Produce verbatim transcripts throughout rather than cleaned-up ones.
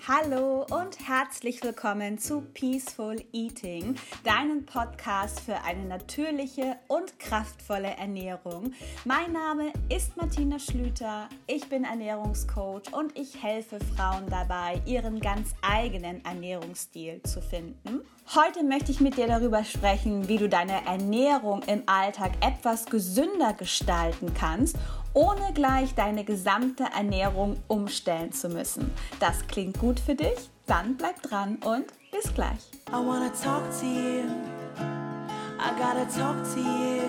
Hallo und herzlich willkommen zu Peaceful Eating, deinem Podcast für eine natürliche und kraftvolle Ernährung. Mein Name ist Martina Schlüter, ich bin Ernährungscoach und ich helfe Frauen dabei, ihren ganz eigenen Ernährungsstil zu finden. Heute möchte ich mit dir darüber sprechen, wie du deine Ernährung im Alltag etwas gesünder gestalten kannst, ohne gleich deine gesamte Ernährung umstellen zu müssen. Das klingt gut für dich? Dann bleib dran und bis gleich. I wanna talk to you. I gotta talk to you.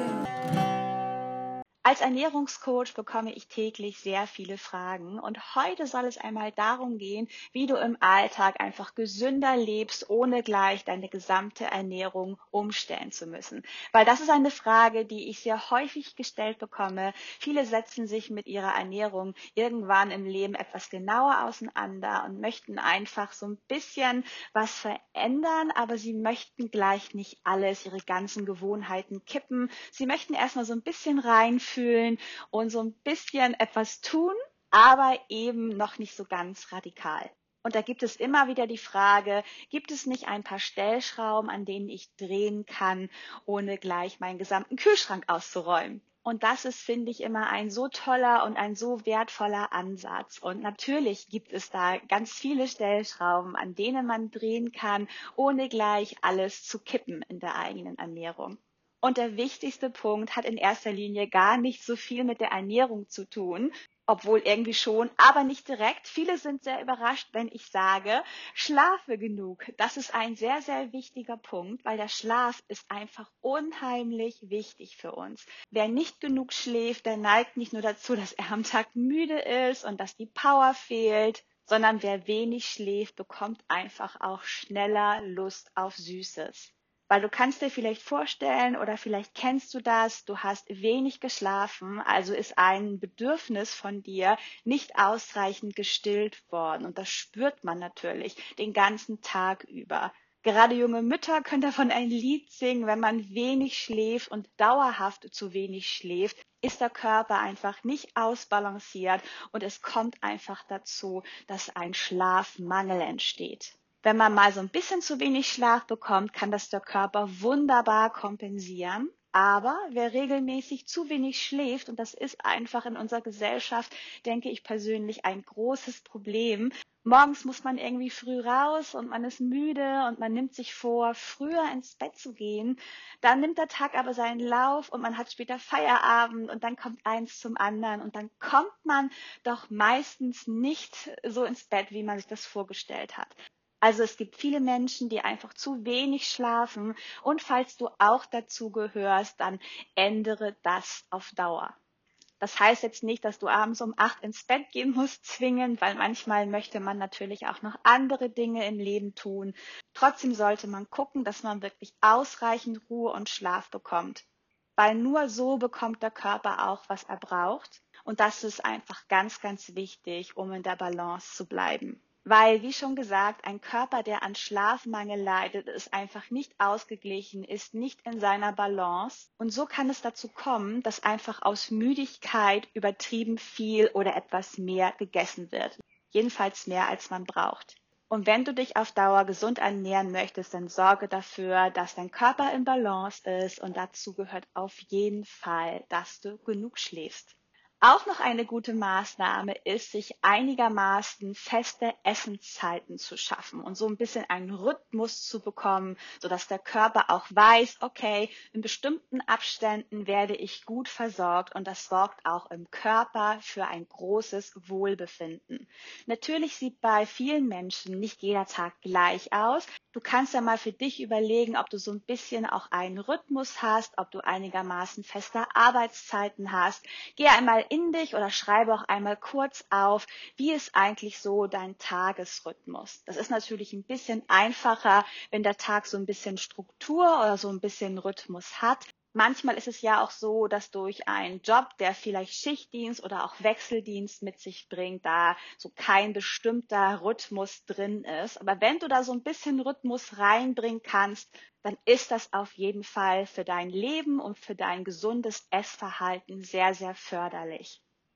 Als Ernährungscoach bekomme ich täglich sehr viele Fragen und heute soll es einmal darum gehen, wie du im Alltag einfach gesünder lebst, ohne gleich deine gesamte Ernährung umstellen zu müssen. Weil das ist eine Frage, die ich sehr häufig gestellt bekomme. Viele setzen sich mit ihrer Ernährung irgendwann im Leben etwas genauer auseinander und möchten einfach so ein bisschen was verändern, aber sie möchten gleich nicht alles, ihre ganzen Gewohnheiten kippen. Sie möchten erstmal so ein bisschen reinfühlen und so ein bisschen etwas tun, aber eben noch nicht so ganz radikal. Und da gibt es immer wieder die Frage, gibt es nicht ein paar Stellschrauben, an denen ich drehen kann, ohne gleich meinen gesamten Kühlschrank auszuräumen? Und das ist, finde ich, immer ein so toller und ein so wertvoller Ansatz. Und natürlich gibt es da ganz viele Stellschrauben, an denen man drehen kann, ohne gleich alles zu kippen in der eigenen Ernährung. Und der wichtigste Punkt hat in erster Linie gar nicht so viel mit der Ernährung zu tun, obwohl irgendwie schon, aber nicht direkt. Viele sind sehr überrascht, wenn ich sage, schlafe genug. Das ist ein sehr, sehr wichtiger Punkt, weil der Schlaf ist einfach unheimlich wichtig für uns. Wer nicht genug schläft, der neigt nicht nur dazu, dass er am Tag müde ist und dass die Power fehlt, sondern wer wenig schläft, bekommt einfach auch schneller Lust auf Süßes. Weil du kannst dir vielleicht vorstellen oder vielleicht kennst du das, du hast wenig geschlafen, also ist ein Bedürfnis von dir nicht ausreichend gestillt worden. Und das spürt man natürlich den ganzen Tag über. Gerade junge Mütter können davon ein Lied singen, wenn man wenig schläft und dauerhaft zu wenig schläft, ist der Körper einfach nicht ausbalanciert und es kommt einfach dazu, dass ein Schlafmangel entsteht. Wenn man mal so ein bisschen zu wenig Schlaf bekommt, kann das der Körper wunderbar kompensieren. Aber wer regelmäßig zu wenig schläft, und das ist einfach in unserer Gesellschaft, denke ich persönlich, ein großes Problem. Morgens muss man irgendwie früh raus und man ist müde und man nimmt sich vor, früher ins Bett zu gehen. Dann nimmt der Tag aber seinen Lauf und man hat später Feierabend und dann kommt eins zum anderen und dann kommt man doch meistens nicht so ins Bett, wie man sich das vorgestellt hat. Also es gibt viele Menschen, die einfach zu wenig schlafen und falls du auch dazu gehörst, dann ändere das auf Dauer. Das heißt jetzt nicht, dass du abends um acht ins Bett gehen musst, zwingend, weil manchmal möchte man natürlich auch noch andere Dinge im Leben tun. Trotzdem sollte man gucken, dass man wirklich ausreichend Ruhe und Schlaf bekommt, weil nur so bekommt der Körper auch, was er braucht. Und das ist einfach ganz, ganz wichtig, um in der Balance zu bleiben. Weil, wie schon gesagt, ein Körper, der an Schlafmangel leidet, ist einfach nicht ausgeglichen, ist nicht in seiner Balance. Und so kann es dazu kommen, dass einfach aus Müdigkeit übertrieben viel oder etwas mehr gegessen wird. Jedenfalls mehr, als man braucht. Und wenn du dich auf Dauer gesund ernähren möchtest, dann sorge dafür, dass dein Körper in Balance ist. Und dazu gehört auf jeden Fall, dass du genug schläfst. Auch noch eine gute Maßnahme ist, sich einigermaßen feste Essenszeiten zu schaffen und so ein bisschen einen Rhythmus zu bekommen, sodass der Körper auch weiß, okay, in bestimmten Abständen werde ich gut versorgt und das sorgt auch im Körper für ein großes Wohlbefinden. Natürlich sieht bei vielen Menschen nicht jeder Tag gleich aus. Du kannst ja mal für dich überlegen, ob du so ein bisschen auch einen Rhythmus hast, ob du einigermaßen feste Arbeitszeiten hast. Geh einmal in dich oder schreibe auch einmal kurz auf, wie ist eigentlich so dein Tagesrhythmus. Das ist natürlich ein bisschen einfacher, wenn der Tag so ein bisschen Struktur oder so ein bisschen Rhythmus hat. Manchmal ist es ja auch so, dass durch einen Job, der vielleicht Schichtdienst oder auch Wechseldienst mit sich bringt, da so kein bestimmter Rhythmus drin ist. Aber wenn du da so ein bisschen Rhythmus reinbringen kannst, dann ist das auf jeden Fall für dein Leben und für dein gesundes Essverhalten sehr, sehr förderlich.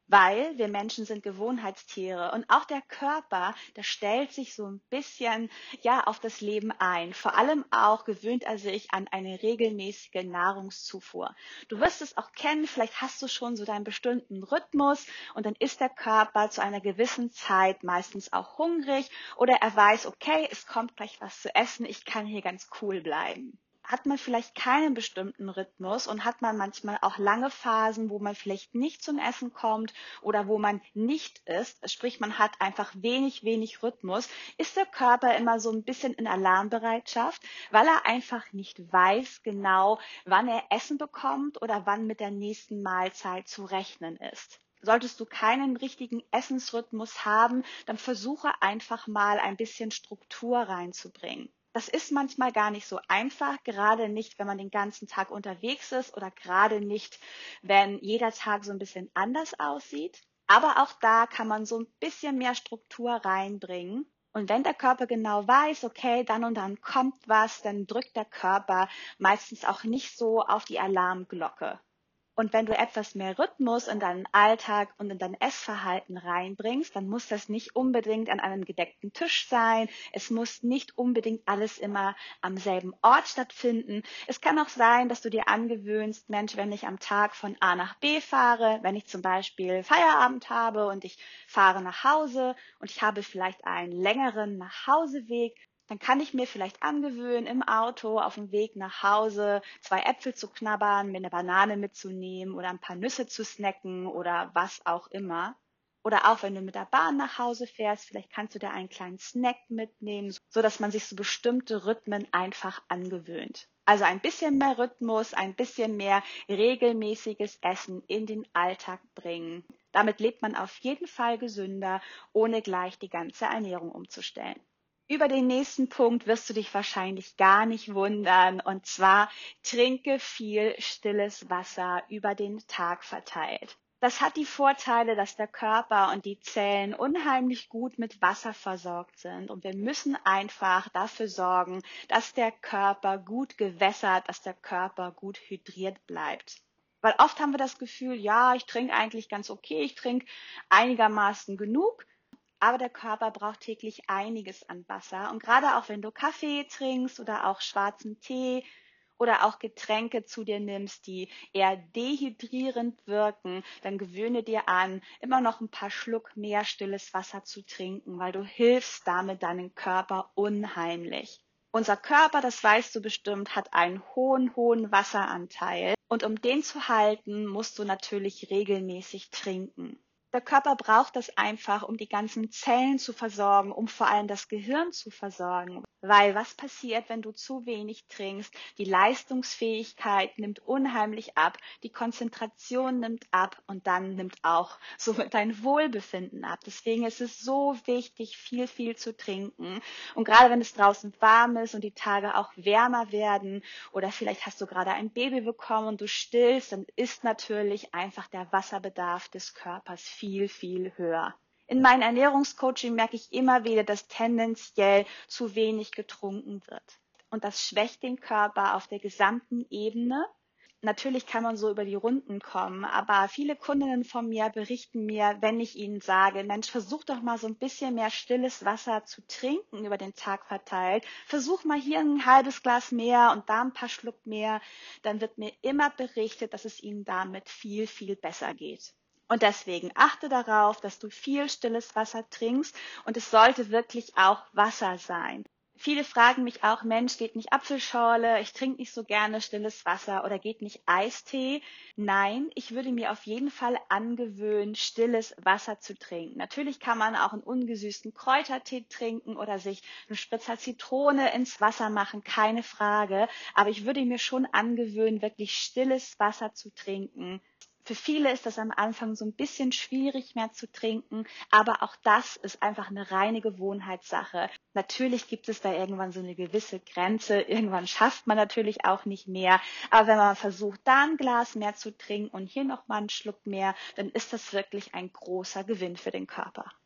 Weil wir Menschen sind Gewohnheitstiere und auch der Körper, der stellt sich so ein bisschen ja auf das Leben ein. Vor allem auch gewöhnt er sich an eine regelmäßige Nahrungszufuhr. Du wirst es auch kennen, vielleicht hast du schon so deinen bestimmten Rhythmus und dann ist der Körper zu einer gewissen Zeit meistens auch hungrig oder er weiß, okay, es kommt gleich was zu essen, ich kann hier ganz cool bleiben. Hat man vielleicht keinen bestimmten Rhythmus und hat man manchmal auch lange Phasen, wo man vielleicht nicht zum Essen kommt oder wo man nicht isst, sprich man hat einfach wenig, wenig Rhythmus, ist der Körper immer so ein bisschen in Alarmbereitschaft, weil er einfach nicht weiß genau, wann er Essen bekommt oder wann mit der nächsten Mahlzeit zu rechnen ist. Solltest du keinen richtigen Essensrhythmus haben, dann versuche einfach mal ein bisschen Struktur reinzubringen. Das ist manchmal gar nicht so einfach, gerade nicht, wenn man den ganzen Tag unterwegs ist oder gerade nicht, wenn jeder Tag so ein bisschen anders aussieht. Aber auch da kann man so ein bisschen mehr Struktur reinbringen. Und wenn der Körper genau weiß, okay, dann und dann kommt was, dann drückt der Körper meistens auch nicht so auf die Alarmglocke. Und wenn du etwas mehr Rhythmus in deinen Alltag und in dein Essverhalten reinbringst, dann muss das nicht unbedingt an einem gedeckten Tisch sein. Es muss nicht unbedingt alles immer am selben Ort stattfinden. Es kann auch sein, dass du dir angewöhnst, Mensch, wenn ich am Tag von A nach B fahre, wenn ich zum Beispiel Feierabend habe und ich fahre nach Hause und ich habe vielleicht einen längeren Nachhauseweg, dann kann ich mir vielleicht angewöhnen, im Auto auf dem Weg nach Hause zwei Äpfel zu knabbern, mir eine Banane mitzunehmen oder ein paar Nüsse zu snacken oder was auch immer. Oder auch wenn du mit der Bahn nach Hause fährst, vielleicht kannst du dir einen kleinen Snack mitnehmen, so dass man sich so bestimmte Rhythmen einfach angewöhnt. Also ein bisschen mehr Rhythmus, ein bisschen mehr regelmäßiges Essen in den Alltag bringen. Damit lebt man auf jeden Fall gesünder, ohne gleich die ganze Ernährung umzustellen. Über den nächsten Punkt wirst du dich wahrscheinlich gar nicht wundern, und zwar trinke viel stilles Wasser über den Tag verteilt. Das hat die Vorteile, dass der Körper und die Zellen unheimlich gut mit Wasser versorgt sind und wir müssen einfach dafür sorgen, dass der Körper gut gewässert, dass der Körper gut hydriert bleibt. Weil oft haben wir das Gefühl, ja, ich trinke eigentlich ganz okay, ich trinke einigermaßen genug. Aber der Körper braucht täglich einiges an Wasser. Und gerade auch wenn du Kaffee trinkst oder auch schwarzen Tee oder auch Getränke zu dir nimmst, die eher dehydrierend wirken, dann gewöhne dir an, immer noch ein paar Schluck mehr stilles Wasser zu trinken, weil du hilfst damit deinem Körper unheimlich. Unser Körper, das weißt du bestimmt, hat einen hohen, hohen Wasseranteil. Und um den zu halten, musst du natürlich regelmäßig trinken. Der Körper braucht das einfach, um die ganzen Zellen zu versorgen, um vor allem das Gehirn zu versorgen. Weil was passiert, wenn du zu wenig trinkst? Die Leistungsfähigkeit nimmt unheimlich ab, die Konzentration nimmt ab und dann nimmt auch somit dein Wohlbefinden ab. Deswegen ist es so wichtig, viel, viel zu trinken. Und gerade wenn es draußen warm ist und die Tage auch wärmer werden oder vielleicht hast du gerade ein Baby bekommen und du stillst, dann ist natürlich einfach der Wasserbedarf des Körpers viel, viel höher. In meinem Ernährungscoaching merke ich immer wieder, dass tendenziell zu wenig getrunken wird. Und das schwächt den Körper auf der gesamten Ebene. Natürlich kann man so über die Runden kommen, aber viele Kundinnen von mir berichten mir, wenn ich ihnen sage, Mensch, versuch doch mal so ein bisschen mehr stilles Wasser zu trinken über den Tag verteilt. Versuch mal hier ein halbes Glas mehr und da ein paar Schluck mehr. Dann wird mir immer berichtet, dass es ihnen damit viel, viel besser geht. Und deswegen achte darauf, dass du viel stilles Wasser trinkst und es sollte wirklich auch Wasser sein. Viele fragen mich auch, Mensch, geht nicht Apfelschorle, ich trinke nicht so gerne stilles Wasser oder geht nicht Eistee? Nein, ich würde mir auf jeden Fall angewöhnen, stilles Wasser zu trinken. Natürlich kann man auch einen ungesüßten Kräutertee trinken oder sich einen Spritzer Zitrone ins Wasser machen, keine Frage. Aber ich würde mir schon angewöhnen, wirklich stilles Wasser zu trinken. Für viele ist das am Anfang so ein bisschen schwierig mehr zu trinken, aber auch das ist einfach eine reine Gewohnheitssache. Natürlich gibt es da irgendwann so eine gewisse Grenze, irgendwann schafft man natürlich auch nicht mehr, aber wenn man versucht, da ein Glas mehr zu trinken und hier nochmal einen Schluck mehr, dann ist das wirklich ein großer Gewinn für den Körper.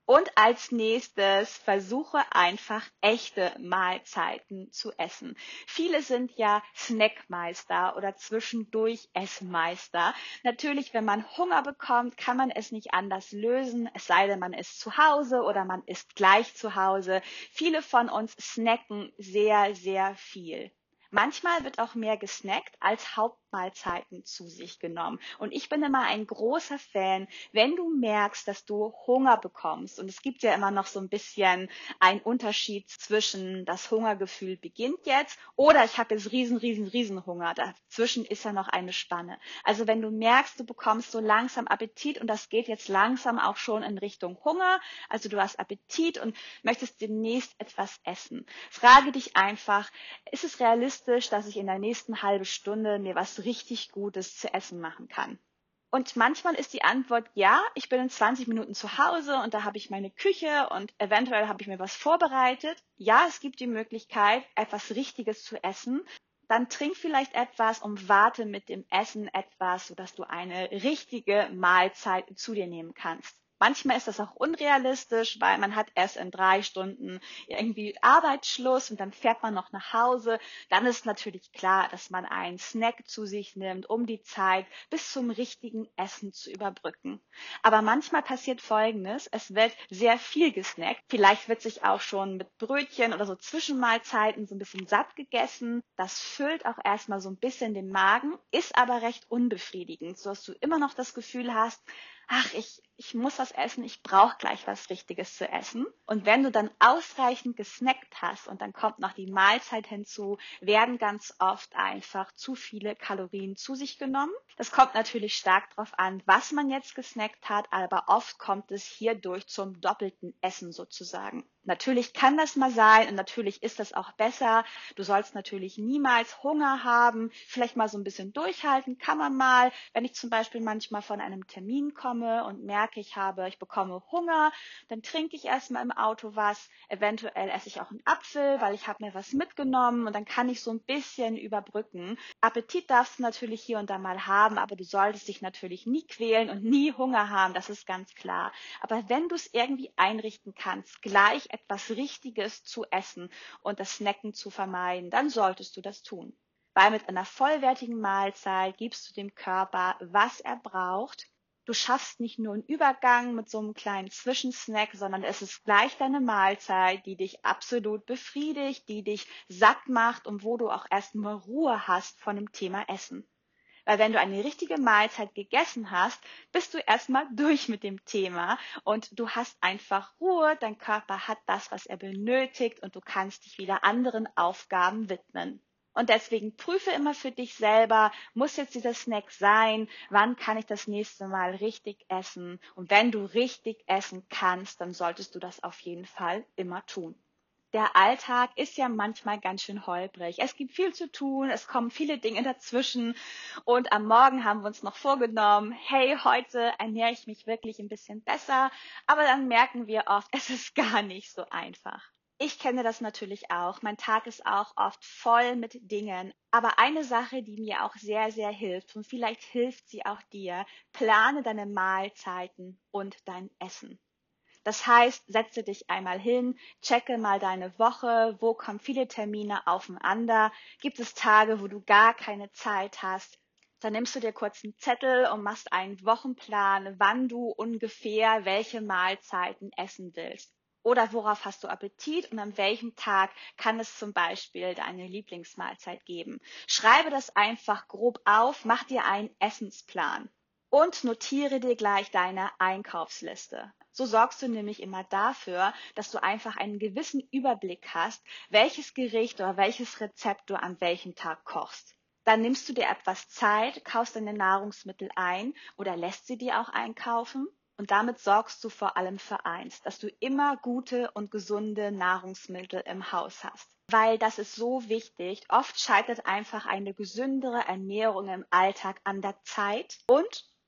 Und als nächstes versuche einfach echte Mahlzeiten zu essen. Viele sind ja Snackmeister oder zwischendurch Essmeister. Natürlich, wenn man Hunger bekommt, kann man es nicht anders lösen, es sei denn, man ist zu Hause oder man ist gleich zu Hause. Viele von uns snacken sehr, sehr viel. Manchmal wird auch mehr gesnackt als Hauptmahlzeiten zu sich genommen. Und ich bin immer ein großer Fan, wenn du merkst, dass du Hunger bekommst. Und es gibt ja immer noch so ein bisschen einen Unterschied zwischen das Hungergefühl beginnt jetzt oder ich habe jetzt riesen, riesen, riesen Hunger. Dazwischen ist ja noch eine Spanne. Also wenn du merkst, du bekommst so langsam Appetit und das geht jetzt langsam auch schon in Richtung Hunger, also du hast Appetit und möchtest demnächst etwas essen, frage dich einfach, ist es realistisch, dass ich in der nächsten halben Stunde mir was richtig Gutes zu essen machen kann? Und manchmal ist die Antwort ja, ich bin in zwanzig Minuten zu Hause und da habe ich meine Küche und eventuell habe ich mir was vorbereitet. Ja, es gibt die Möglichkeit, etwas Richtiges zu essen. Dann trink vielleicht etwas und warte mit dem Essen etwas, sodass du eine richtige Mahlzeit zu dir nehmen kannst. Manchmal ist das auch unrealistisch, weil man hat erst in drei Stunden irgendwie Arbeitsschluss und dann fährt man noch nach Hause. Dann ist natürlich klar, dass man einen Snack zu sich nimmt, um die Zeit bis zum richtigen Essen zu überbrücken. Aber manchmal passiert Folgendes, es wird sehr viel gesnackt. Vielleicht wird sich auch schon mit Brötchen oder so Zwischenmahlzeiten so ein bisschen satt gegessen. Das füllt auch erstmal so ein bisschen den Magen, ist aber recht unbefriedigend, sodass du immer noch das Gefühl hast, ach, ich, ich muss was essen, ich brauche gleich was Richtiges zu essen. Und wenn du dann ausreichend gesnackt hast und dann kommt noch die Mahlzeit hinzu, werden ganz oft einfach zu viele Kalorien zu sich genommen. Das kommt natürlich stark darauf an, was man jetzt gesnackt hat, aber oft kommt es hierdurch zum doppelten Essen sozusagen. Natürlich kann das mal sein und natürlich ist das auch besser. Du sollst natürlich niemals Hunger haben, vielleicht mal so ein bisschen durchhalten, kann man mal. Wenn ich zum Beispiel manchmal von einem Termin komme und merke, ich habe, ich bekomme Hunger, dann trinke ich erstmal im Auto was, eventuell esse ich auch einen Apfel, weil ich habe mir was mitgenommen und dann kann ich so ein bisschen überbrücken. Appetit darfst du natürlich hier und da mal haben, aber du solltest dich natürlich nie quälen und nie Hunger haben, das ist ganz klar. Aber wenn du es irgendwie einrichten kannst, gleich etwas Richtiges zu essen und das Snacken zu vermeiden, dann solltest du das tun. Weil mit einer vollwertigen Mahlzeit gibst du dem Körper, was er braucht. Du schaffst nicht nur einen Übergang mit so einem kleinen Zwischensnack, sondern es ist gleich deine Mahlzeit, die dich absolut befriedigt, die dich satt macht und wo du auch erstmal Ruhe hast von dem Thema Essen. Weil wenn du eine richtige Mahlzeit gegessen hast, bist du erstmal durch mit dem Thema und du hast einfach Ruhe, dein Körper hat das, was er benötigt und du kannst dich wieder anderen Aufgaben widmen. Und deswegen prüfe immer für dich selber, muss jetzt dieser Snack sein, wann kann ich das nächste Mal richtig essen? Und wenn du richtig essen kannst, dann solltest du das auf jeden Fall immer tun. Der Alltag ist ja manchmal ganz schön holprig. Es gibt viel zu tun, es kommen viele Dinge dazwischen und am Morgen haben wir uns noch vorgenommen, hey, heute ernähre ich mich wirklich ein bisschen besser, aber dann merken wir oft, es ist gar nicht so einfach. Ich kenne das natürlich auch. Mein Tag ist auch oft voll mit Dingen. Aber eine Sache, die mir auch sehr, sehr hilft, und vielleicht hilft sie auch dir, plane deine Mahlzeiten und dein Essen. Das heißt, setze dich einmal hin, checke mal deine Woche, wo kommen viele Termine aufeinander, gibt es Tage, wo du gar keine Zeit hast, dann nimmst du dir kurz einen Zettel und machst einen Wochenplan, wann du ungefähr welche Mahlzeiten essen willst. Oder worauf hast du Appetit und an welchem Tag kann es zum Beispiel deine Lieblingsmahlzeit geben. Schreibe das einfach grob auf, mach dir einen Essensplan. Und notiere dir gleich deine Einkaufsliste. So sorgst du nämlich immer dafür, dass du einfach einen gewissen Überblick hast, welches Gericht oder welches Rezept du an welchem Tag kochst. Dann nimmst du dir etwas Zeit, kaufst deine Nahrungsmittel ein oder lässt sie dir auch einkaufen. Und damit sorgst du vor allem für eins, dass du immer gute und gesunde Nahrungsmittel im Haus hast. Weil das ist so wichtig. Oft scheitert einfach eine gesündere Ernährung im Alltag an der Zeit und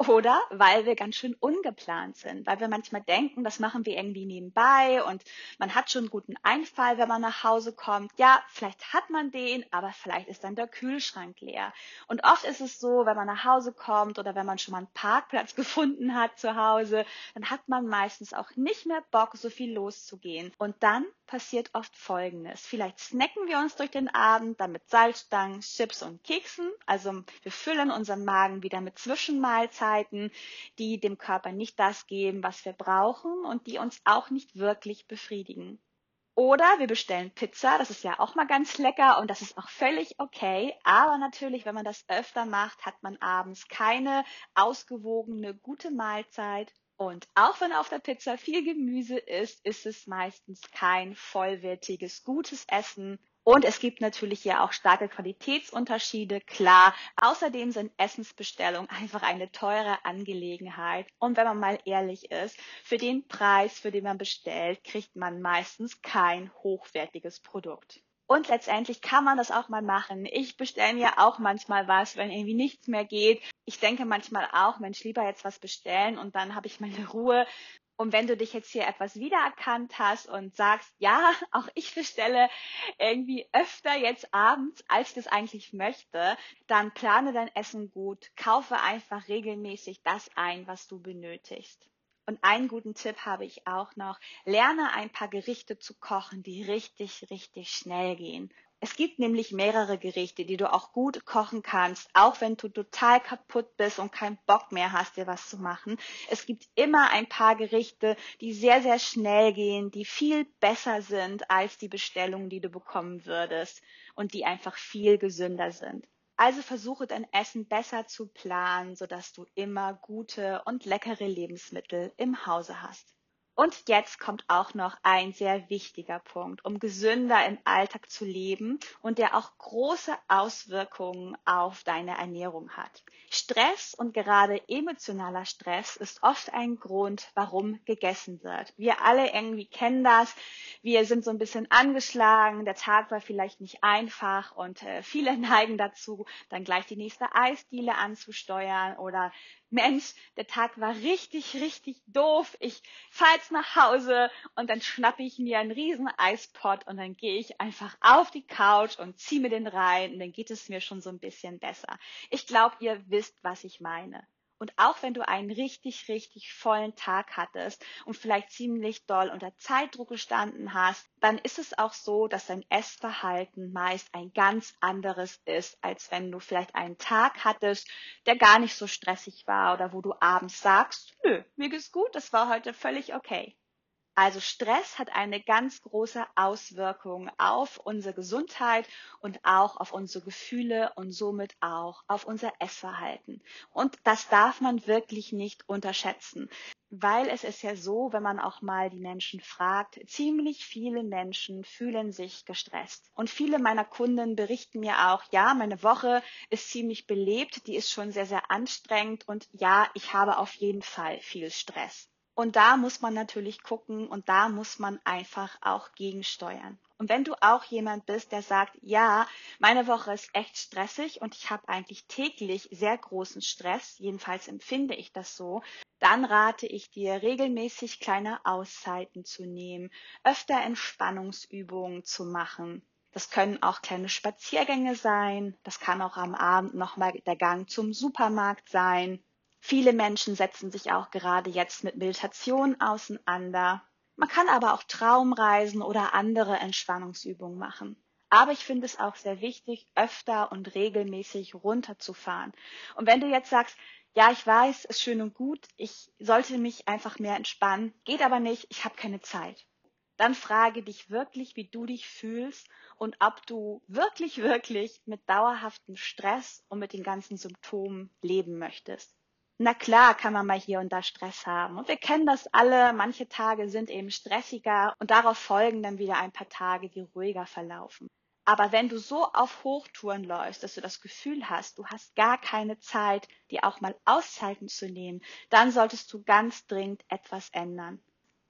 Oder weil wir ganz schön ungeplant sind, weil wir manchmal denken, das machen wir irgendwie nebenbei und man hat schon einen guten Einfall, wenn man nach Hause kommt. Ja, vielleicht hat man den, aber vielleicht ist dann der Kühlschrank leer. Und oft ist es so, wenn man nach Hause kommt oder wenn man schon mal einen Parkplatz gefunden hat zu Hause, dann hat man meistens auch nicht mehr Bock, so viel loszugehen. Und dann passiert oft Folgendes. Vielleicht snacken wir uns durch den Abend, dann mit Salzstangen, Chips und Keksen. Also wir füllen unseren Magen wieder mit Zwischenmahlzeiten, die dem Körper nicht das geben, was wir brauchen und die uns auch nicht wirklich befriedigen. Oder wir bestellen Pizza, das ist ja auch mal ganz lecker und das ist auch völlig okay. Aber natürlich, wenn man das öfter macht, hat man abends keine ausgewogene, gute Mahlzeit. Und auch wenn auf der Pizza viel Gemüse ist, ist es meistens kein vollwertiges, gutes Essen. Und es gibt natürlich ja auch starke Qualitätsunterschiede, klar. Außerdem sind Essensbestellungen einfach eine teure Angelegenheit. Und wenn man mal ehrlich ist, für den Preis, für den man bestellt, kriegt man meistens kein hochwertiges Produkt. Und letztendlich kann man das auch mal machen. Ich bestelle mir auch manchmal was, wenn irgendwie nichts mehr geht. Ich denke manchmal auch, Mensch, lieber jetzt was bestellen und dann habe ich meine Ruhe. Und wenn du dich jetzt hier etwas wiedererkannt hast und sagst, ja, auch ich bestelle irgendwie öfter jetzt abends, als ich das eigentlich möchte, dann plane dein Essen gut, kaufe einfach regelmäßig das ein, was du benötigst. Und einen guten Tipp habe ich auch noch, lerne ein paar Gerichte zu kochen, die richtig, richtig schnell gehen. Es gibt nämlich mehrere Gerichte, die du auch gut kochen kannst, auch wenn du total kaputt bist und keinen Bock mehr hast, dir was zu machen. Es gibt immer ein paar Gerichte, die sehr, sehr schnell gehen, die viel besser sind als die Bestellungen, die du bekommen würdest und die einfach viel gesünder sind. Also versuche dein Essen besser zu planen, sodass du immer gute und leckere Lebensmittel im Hause hast. Und jetzt kommt auch noch ein sehr wichtiger Punkt, um gesünder im Alltag zu leben und der auch große Auswirkungen auf deine Ernährung hat. Stress und gerade emotionaler Stress ist oft ein Grund, warum gegessen wird. Wir alle irgendwie kennen das. Wir sind so ein bisschen angeschlagen, der Tag war vielleicht nicht einfach und äh, viele neigen dazu, dann gleich die nächste Eisdiele anzusteuern oder Mensch, der Tag war richtig, richtig doof. Ich fahre jetzt nach Hause und dann schnappe ich mir einen riesen Eispot und dann gehe ich einfach auf die Couch und ziehe mir den rein und dann geht es mir schon so ein bisschen besser. Ich glaube, ihr wisst, was ich meine. Und auch wenn du einen richtig, richtig vollen Tag hattest und vielleicht ziemlich doll unter Zeitdruck gestanden hast, dann ist es auch so, dass dein Essverhalten meist ein ganz anderes ist, als wenn du vielleicht einen Tag hattest, der gar nicht so stressig war oder wo du abends sagst, nö, mir geht's gut, das war heute völlig okay. Also Stress hat eine ganz große Auswirkung auf unsere Gesundheit und auch auf unsere Gefühle und somit auch auf unser Essverhalten. Und das darf man wirklich nicht unterschätzen, weil es ist ja so, wenn man auch mal die Menschen fragt, ziemlich viele Menschen fühlen sich gestresst. Und viele meiner Kunden berichten mir auch, ja, meine Woche ist ziemlich belebt, die ist schon sehr, sehr anstrengend und ja, ich habe auf jeden Fall viel Stress. Und da muss man natürlich gucken und da muss man einfach auch gegensteuern. Und wenn du auch jemand bist, der sagt, ja, meine Woche ist echt stressig und ich habe eigentlich täglich sehr großen Stress, jedenfalls empfinde ich das so, dann rate ich dir, regelmäßig kleine Auszeiten zu nehmen, öfter Entspannungsübungen zu machen. Das können auch kleine Spaziergänge sein, das kann auch am Abend nochmal der Gang zum Supermarkt sein. Viele Menschen setzen sich auch gerade jetzt mit Meditation auseinander. Man kann aber auch Traumreisen oder andere Entspannungsübungen machen. Aber ich finde es auch sehr wichtig, öfter und regelmäßig runterzufahren. Und wenn du jetzt sagst, ja, ich weiß, ist schön und gut, ich sollte mich einfach mehr entspannen, geht aber nicht, ich habe keine Zeit. Dann frage dich wirklich, wie du dich fühlst und ob du wirklich, wirklich mit dauerhaftem Stress und mit den ganzen Symptomen leben möchtest. Na klar kann man mal hier und da Stress haben. Und wir kennen das alle. Manche Tage sind eben stressiger und darauf folgen dann wieder ein paar Tage, die ruhiger verlaufen. Aber wenn du so auf Hochtouren läufst, dass du das Gefühl hast, du hast gar keine Zeit, dir auch mal Auszeiten zu nehmen, dann solltest du ganz dringend etwas ändern.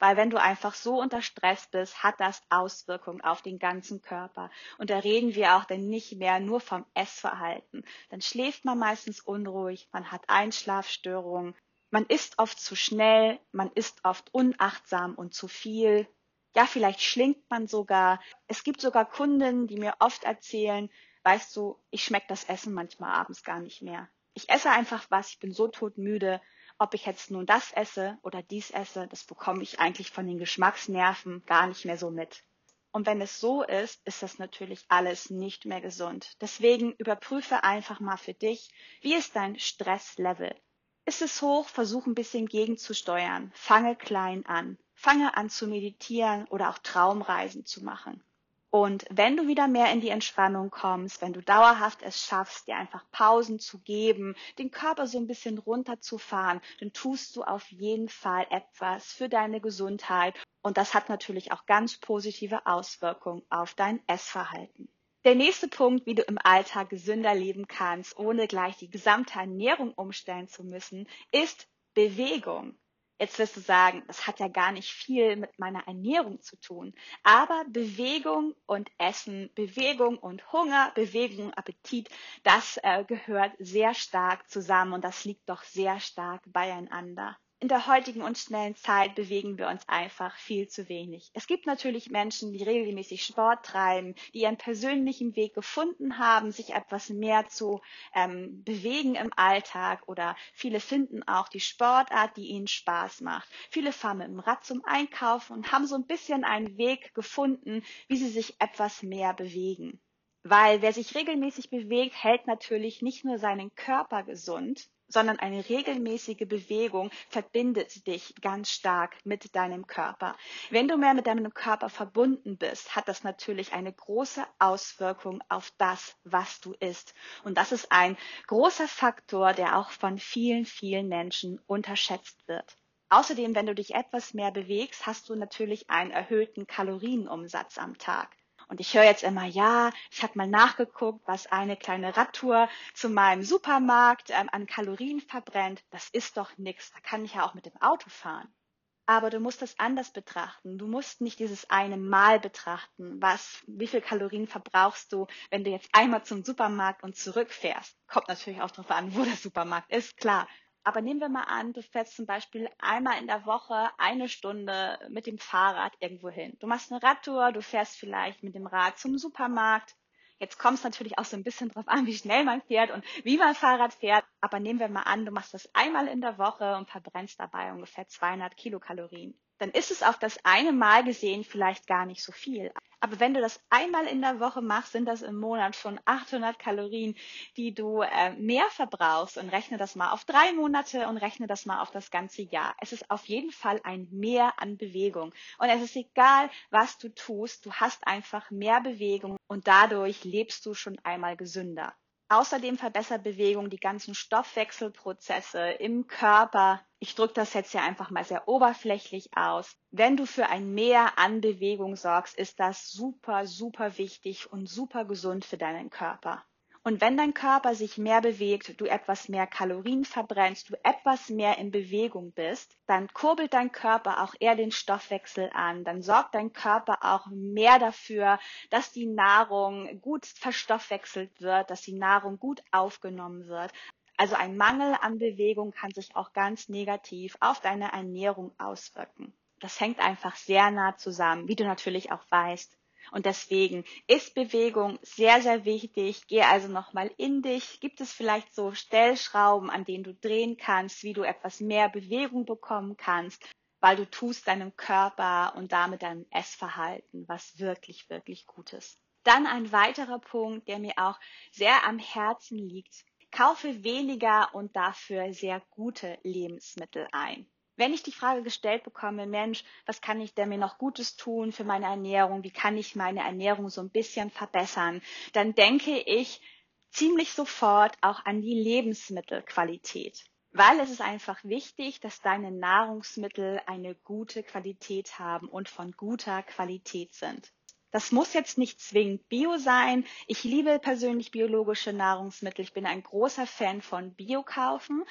Weil wenn du einfach so unter Stress bist, hat das Auswirkungen auf den ganzen Körper. Und da reden wir auch dann nicht mehr nur vom Essverhalten. Dann schläft man meistens unruhig, man hat Einschlafstörungen, man isst oft zu schnell, man isst oft unachtsam und zu viel. Ja, vielleicht schlingt man sogar. Es gibt sogar Kunden, die mir oft erzählen, weißt du, ich schmecke das Essen manchmal abends gar nicht mehr. Ich esse einfach was, ich bin so todmüde. Ob ich jetzt nun das esse oder dies esse, das bekomme ich eigentlich von den Geschmacksnerven gar nicht mehr so mit. Und wenn es so ist, ist das natürlich alles nicht mehr gesund. Deswegen überprüfe einfach mal für dich, wie ist dein Stresslevel? Ist es hoch, versuch ein bisschen gegenzusteuern. Fange klein an. Fange an zu meditieren oder auch Traumreisen zu machen. Und wenn du wieder mehr in die Entspannung kommst, wenn du dauerhaft es schaffst, dir einfach Pausen zu geben, den Körper so ein bisschen runterzufahren, dann tust du auf jeden Fall etwas für deine Gesundheit. Und das hat natürlich auch ganz positive Auswirkungen auf dein Essverhalten. Der nächste Punkt, wie du im Alltag gesünder leben kannst, ohne gleich die gesamte Ernährung umstellen zu müssen, ist Bewegung. Jetzt wirst du sagen, das hat ja gar nicht viel mit meiner Ernährung zu tun. Aber Bewegung und Essen, Bewegung und Hunger, Bewegung und Appetit, das äh, gehört sehr stark zusammen und das liegt doch sehr stark beieinander. In der heutigen und schnellen Zeit bewegen wir uns einfach viel zu wenig. Es gibt natürlich Menschen, die regelmäßig Sport treiben, die ihren persönlichen Weg gefunden haben, sich etwas mehr zu ähm, bewegen im Alltag, oder viele finden auch die Sportart, die ihnen Spaß macht. Viele fahren mit dem Rad zum Einkaufen und haben so ein bisschen einen Weg gefunden, wie sie sich etwas mehr bewegen. Weil wer sich regelmäßig bewegt, hält natürlich nicht nur seinen Körper gesund, sondern eine regelmäßige Bewegung verbindet dich ganz stark mit deinem Körper. Wenn du mehr mit deinem Körper verbunden bist, hat das natürlich eine große Auswirkung auf das, was du isst. Und das ist ein großer Faktor, der auch von vielen, vielen Menschen unterschätzt wird. Außerdem, wenn du dich etwas mehr bewegst, hast du natürlich einen erhöhten Kalorienumsatz am Tag. Und ich höre jetzt immer, ja, ich habe mal nachgeguckt, was eine kleine Radtour zu meinem Supermarkt ähm, an Kalorien verbrennt. Das ist doch nichts, da kann ich ja auch mit dem Auto fahren. Aber du musst das anders betrachten. Du musst nicht dieses eine Mal betrachten. Was, wie viel Kalorien verbrauchst du, wenn du jetzt einmal zum Supermarkt und zurückfährst? Kommt natürlich auch darauf an, wo der Supermarkt ist, klar. Aber nehmen wir mal an, du fährst zum Beispiel einmal in der Woche eine Stunde mit dem Fahrrad irgendwo hin. Du machst eine Radtour, du fährst vielleicht mit dem Rad zum Supermarkt. Jetzt kommt es natürlich auch so ein bisschen drauf an, wie schnell man fährt und wie man Fahrrad fährt. Aber nehmen wir mal an, du machst das einmal in der Woche und verbrennst dabei ungefähr zweihundert Kilokalorien. Dann ist es auf das eine Mal gesehen vielleicht gar nicht so viel. Aber wenn du das einmal in der Woche machst, sind das im Monat schon achthundert Kalorien, die du äh, mehr verbrauchst. Und rechne das mal auf drei Monate und rechne das mal auf das ganze Jahr. Es ist auf jeden Fall ein Mehr an Bewegung. Und es ist egal, was du tust, du hast einfach mehr Bewegung und dadurch lebst du schon einmal gesünder. Außerdem verbessert Bewegung die ganzen Stoffwechselprozesse im Körper. Ich drücke das jetzt hier einfach mal sehr oberflächlich aus. Wenn du für ein Mehr an Bewegung sorgst, ist das super, super wichtig und super gesund für deinen Körper. Und wenn dein Körper sich mehr bewegt, du etwas mehr Kalorien verbrennst, du etwas mehr in Bewegung bist, dann kurbelt dein Körper auch eher den Stoffwechsel an, dann sorgt dein Körper auch mehr dafür, dass die Nahrung gut verstoffwechselt wird, dass die Nahrung gut aufgenommen wird. Also ein Mangel an Bewegung kann sich auch ganz negativ auf deine Ernährung auswirken. Das hängt einfach sehr nah zusammen, wie du natürlich auch weißt. Und deswegen ist Bewegung sehr, sehr wichtig. Geh also nochmal in dich. Gibt es vielleicht so Stellschrauben, an denen du drehen kannst, wie du etwas mehr Bewegung bekommen kannst, weil du tust deinem Körper und damit deinem Essverhalten was wirklich, wirklich Gutes. Dann ein weiterer Punkt, der mir auch sehr am Herzen liegt. Kaufe weniger und dafür sehr gute Lebensmittel ein. Wenn ich die Frage gestellt bekomme, Mensch, was kann ich denn mir noch Gutes tun für meine Ernährung? Wie kann ich meine Ernährung so ein bisschen verbessern? Dann denke ich ziemlich sofort auch an die Lebensmittelqualität. Weil es ist einfach wichtig, dass deine Nahrungsmittel eine gute Qualität haben und von guter Qualität sind. Das muss jetzt nicht zwingend Bio sein. Ich liebe persönlich biologische Nahrungsmittel. Ich bin ein großer Fan von Bio-Kaufen.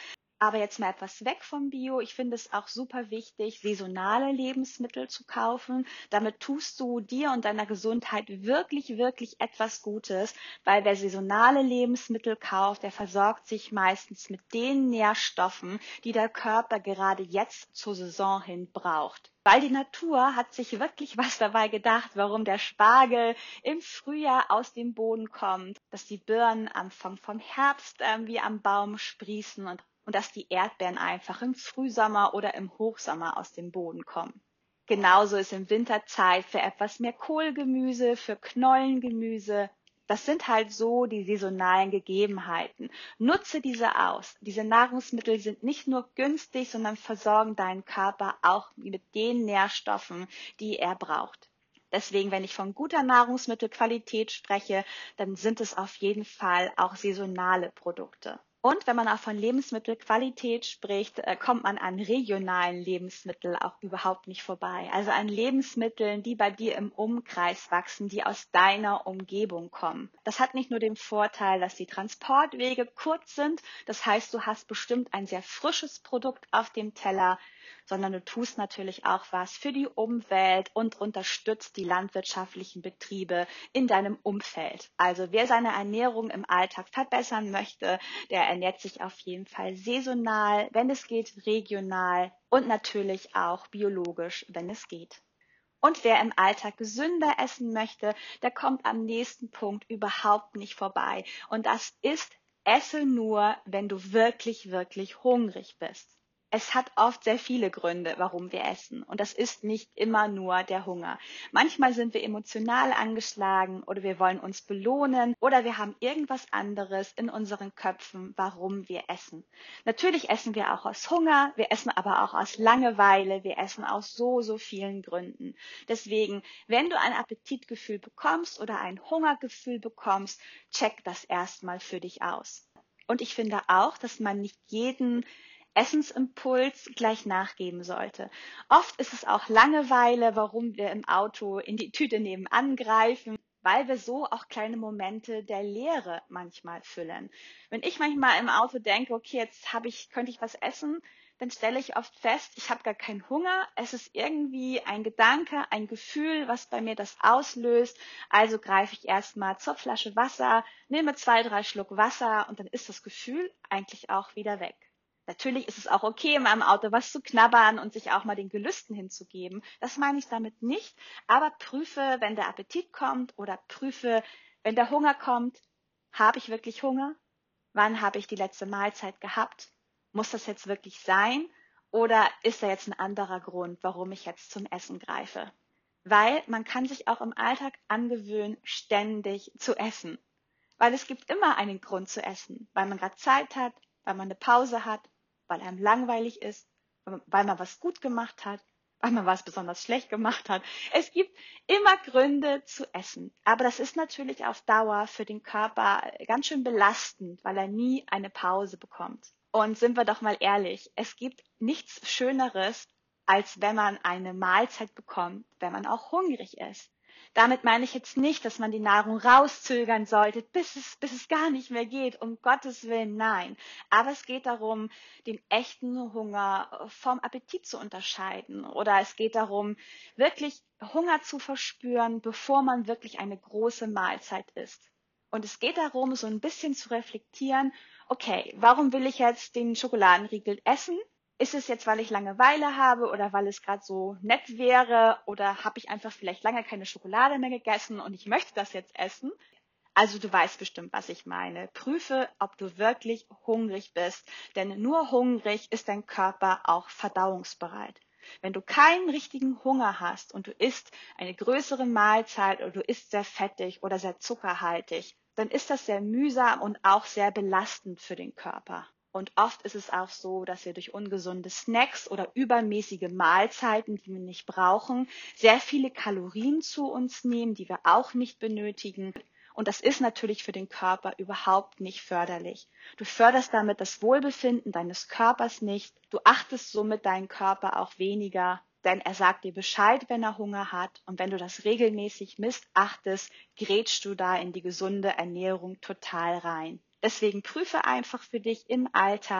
Aber jetzt mal etwas weg vom Bio. Ich finde es auch super wichtig, saisonale Lebensmittel zu kaufen. Damit tust du dir und deiner Gesundheit wirklich, wirklich etwas Gutes, weil wer saisonale Lebensmittel kauft, der versorgt sich meistens mit den Nährstoffen, die der Körper gerade jetzt zur Saison hin braucht. Weil die Natur hat sich wirklich was dabei gedacht, warum der Spargel im Frühjahr aus dem Boden kommt, dass die Birnen am Anfang vom Herbst äh, wie am Baum sprießen und und dass die Erdbeeren einfach im Frühsommer oder im Hochsommer aus dem Boden kommen. Genauso ist im Winter Zeit für etwas mehr Kohlgemüse, für Knollengemüse. Das sind halt so die saisonalen Gegebenheiten. Nutze diese aus. Diese Nahrungsmittel sind nicht nur günstig, sondern versorgen deinen Körper auch mit den Nährstoffen, die er braucht. Deswegen, wenn ich von guter Nahrungsmittelqualität spreche, dann sind es auf jeden Fall auch saisonale Produkte. Und wenn man auch von Lebensmittelqualität spricht, kommt man an regionalen Lebensmitteln auch überhaupt nicht vorbei. Also an Lebensmitteln, die bei dir im Umkreis wachsen, die aus deiner Umgebung kommen. Das hat nicht nur den Vorteil, dass die Transportwege kurz sind, das heißt, du hast bestimmt ein sehr frisches Produkt auf dem Teller, sondern du tust natürlich auch was für die Umwelt und unterstützt die landwirtschaftlichen Betriebe in deinem Umfeld. Also wer seine Ernährung im Alltag verbessern möchte, der ernährt sich auf jeden Fall saisonal, wenn es geht, regional und natürlich auch biologisch, wenn es geht. Und wer im Alltag gesünder essen möchte, der kommt am nächsten Punkt überhaupt nicht vorbei. Und das ist, esse nur, wenn du wirklich, wirklich hungrig bist. Es hat oft sehr viele Gründe, warum wir essen. Und das ist nicht immer nur der Hunger. Manchmal sind wir emotional angeschlagen oder wir wollen uns belohnen oder wir haben irgendwas anderes in unseren Köpfen, warum wir essen. Natürlich essen wir auch aus Hunger, wir essen aber auch aus Langeweile, wir essen aus so, so vielen Gründen. Deswegen, wenn du ein Appetitgefühl bekommst oder ein Hungergefühl bekommst, check das erstmal für dich aus. Und ich finde auch, dass man nicht jeden Essensimpuls gleich nachgeben sollte. Oft ist es auch Langeweile, warum wir im Auto in die Tüte nebenan greifen, weil wir so auch kleine Momente der Leere manchmal füllen. Wenn ich manchmal im Auto denke, okay, jetzt habe ich, könnte ich was essen, dann stelle ich oft fest, ich habe gar keinen Hunger. Es ist irgendwie ein Gedanke, ein Gefühl, was bei mir das auslöst. Also greife ich erstmal zur Flasche Wasser, nehme zwei, drei Schluck Wasser und dann ist das Gefühl eigentlich auch wieder weg. Natürlich ist es auch okay, in meinem Auto was zu knabbern und sich auch mal den Gelüsten hinzugeben. Das meine ich damit nicht. Aber prüfe, wenn der Appetit kommt oder prüfe, wenn der Hunger kommt, habe ich wirklich Hunger? Wann habe ich die letzte Mahlzeit gehabt? Muss das jetzt wirklich sein? Oder ist da jetzt ein anderer Grund, warum ich jetzt zum Essen greife? Weil man kann sich auch im Alltag angewöhnen, ständig zu essen. Weil es gibt immer einen Grund zu essen. Weil man gerade Zeit hat, weil man eine Pause hat, weil einem langweilig ist, weil man was gut gemacht hat, weil man was besonders schlecht gemacht hat. Es gibt immer Gründe zu essen. Aber das ist natürlich auf Dauer für den Körper ganz schön belastend, weil er nie eine Pause bekommt. Und sind wir doch mal ehrlich, es gibt nichts Schöneres, als wenn man eine Mahlzeit bekommt, wenn man auch hungrig ist. Damit meine ich jetzt nicht, dass man die Nahrung rauszögern sollte, bis es, bis es gar nicht mehr geht, um Gottes Willen, nein. Aber es geht darum, den echten Hunger vom Appetit zu unterscheiden. Oder es geht darum, wirklich Hunger zu verspüren, bevor man wirklich eine große Mahlzeit isst. Und es geht darum, so ein bisschen zu reflektieren, okay, warum will ich jetzt den Schokoladenriegel essen? Ist es jetzt, weil ich Langeweile habe oder weil es gerade so nett wäre oder habe ich einfach vielleicht lange keine Schokolade mehr gegessen und ich möchte das jetzt essen? Also du weißt bestimmt, was ich meine. Prüfe, ob du wirklich hungrig bist, denn nur hungrig ist dein Körper auch verdauungsbereit. Wenn du keinen richtigen Hunger hast und du isst eine größere Mahlzeit oder du isst sehr fettig oder sehr zuckerhaltig, dann ist das sehr mühsam und auch sehr belastend für den Körper. Und oft ist es auch so, dass wir durch ungesunde Snacks oder übermäßige Mahlzeiten, die wir nicht brauchen, sehr viele Kalorien zu uns nehmen, die wir auch nicht benötigen. Und das ist natürlich für den Körper überhaupt nicht förderlich. Du förderst damit das Wohlbefinden deines Körpers nicht. Du achtest somit deinen Körper auch weniger, denn er sagt dir Bescheid, wenn er Hunger hat. Und wenn du das regelmäßig missachtest, grätschst du da in die gesunde Ernährung total rein. Deswegen prüfe einfach für dich im Alltag,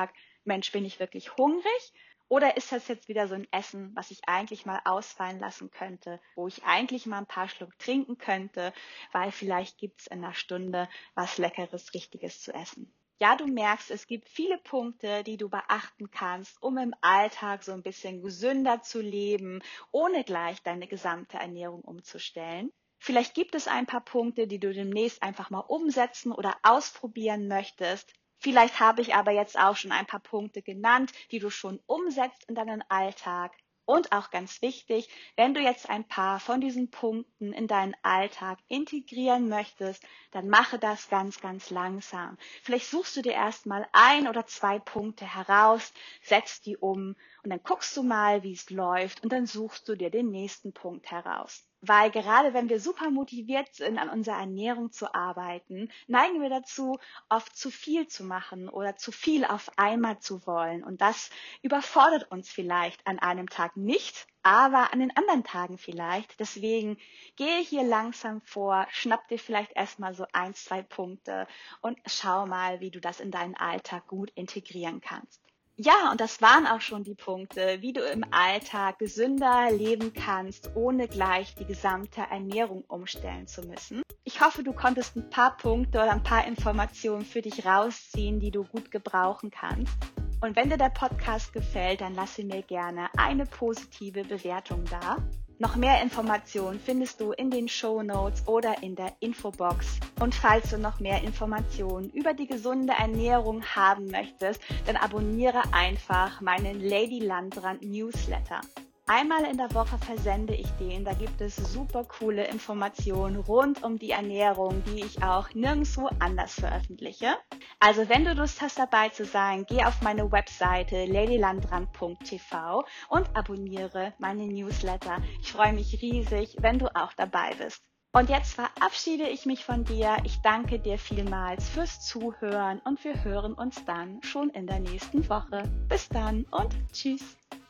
Mensch, bin ich wirklich hungrig? Oder ist das jetzt wieder so ein Essen, was ich eigentlich mal ausfallen lassen könnte, wo ich eigentlich mal ein paar Schluck trinken könnte, weil vielleicht gibt es in einer Stunde was Leckeres, Richtiges zu essen. Ja, du merkst, es gibt viele Punkte, die du beachten kannst, um im Alltag so ein bisschen gesünder zu leben, ohne gleich deine gesamte Ernährung umzustellen. Vielleicht gibt es ein paar Punkte, die du demnächst einfach mal umsetzen oder ausprobieren möchtest. Vielleicht habe ich aber jetzt auch schon ein paar Punkte genannt, die du schon umsetzt in deinen Alltag. Und auch ganz wichtig, wenn du jetzt ein paar von diesen Punkten in deinen Alltag integrieren möchtest, dann mache das ganz, ganz langsam. Vielleicht suchst du dir erstmal ein oder zwei Punkte heraus, setzt die um und dann guckst du mal, wie es läuft und dann suchst du dir den nächsten Punkt heraus. Weil gerade wenn wir super motiviert sind, an unserer Ernährung zu arbeiten, neigen wir dazu, oft zu viel zu machen oder zu viel auf einmal zu wollen. Und das überfordert uns vielleicht an einem Tag nicht, aber an den anderen Tagen vielleicht. Deswegen gehe hier langsam vor, schnapp dir vielleicht erstmal so ein, zwei Punkte und schau mal, wie du das in deinen Alltag gut integrieren kannst. Ja, und das waren auch schon die Punkte, wie du im Alltag gesünder leben kannst, ohne gleich die gesamte Ernährung umstellen zu müssen. Ich hoffe, du konntest ein paar Punkte oder ein paar Informationen für dich rausziehen, die du gut gebrauchen kannst. Und wenn dir der Podcast gefällt, dann lasse mir gerne eine positive Bewertung da. Noch mehr Informationen findest du in den Shownotes oder in der Infobox. Und falls du noch mehr Informationen über die gesunde Ernährung haben möchtest, dann abonniere einfach meinen Lady Landrand Newsletter. Einmal in der Woche versende ich den, da gibt es super coole Informationen rund um die Ernährung, die ich auch nirgendwo anders veröffentliche. Also wenn du Lust hast, dabei zu sein, geh auf meine Webseite ladylandrand punkt t v und abonniere meine Newsletter. Ich freue mich riesig, wenn du auch dabei bist. Und jetzt verabschiede ich mich von dir. Ich danke dir vielmals fürs Zuhören und wir hören uns dann schon in der nächsten Woche. Bis dann und tschüss.